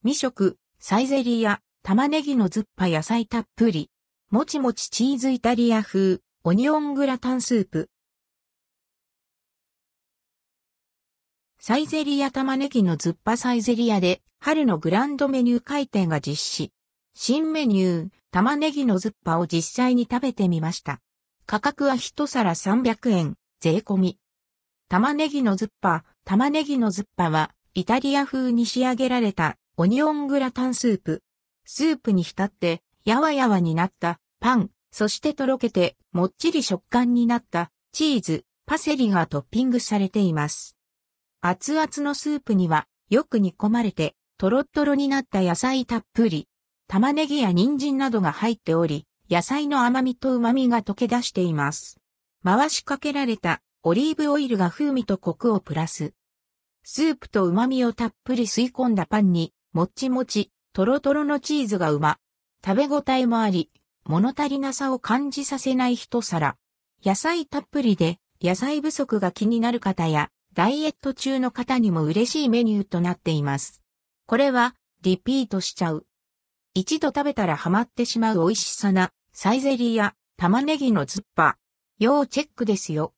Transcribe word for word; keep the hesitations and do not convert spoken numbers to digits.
未食、サイゼリヤ、玉ねぎのズッパ野菜たっぷり。もちもちチーズイタリア風、オニオングラタンスープ。サイゼリヤ玉ねぎのズッパサイゼリヤで春のグランドメニュー開店が実施。新メニュー、玉ねぎのズッパを実際に食べてみました。価格は一皿さんびゃくえん、税込み。玉ねぎのズッパ、玉ねぎのズッパはイタリア風に仕上げられたオニオングラタンスープ。スープに浸ってやわやわになったパン、そしてとろけてもっちり食感になったチーズ、パセリがトッピングされています。熱々のスープにはよく煮込まれてトロットロになった野菜たっぷり。玉ねぎや人参などが入っており、野菜の甘みと旨みが溶け出しています。回しかけられたオリーブオイルが風味とコクをプラス。スープと旨みをたっぷり吸い込んだパンに、もっちもち、トロトロのチーズがうま。食べ応えもあり、物足りなさを感じさせない一皿。野菜たっぷりで、野菜不足が気になる方や、ダイエット中の方にも嬉しいメニューとなっています。これは、リピートしちゃう。一度食べたらハマってしまう美味しさな、サイゼリヤ、玉ねぎのズッパ。要チェックですよ。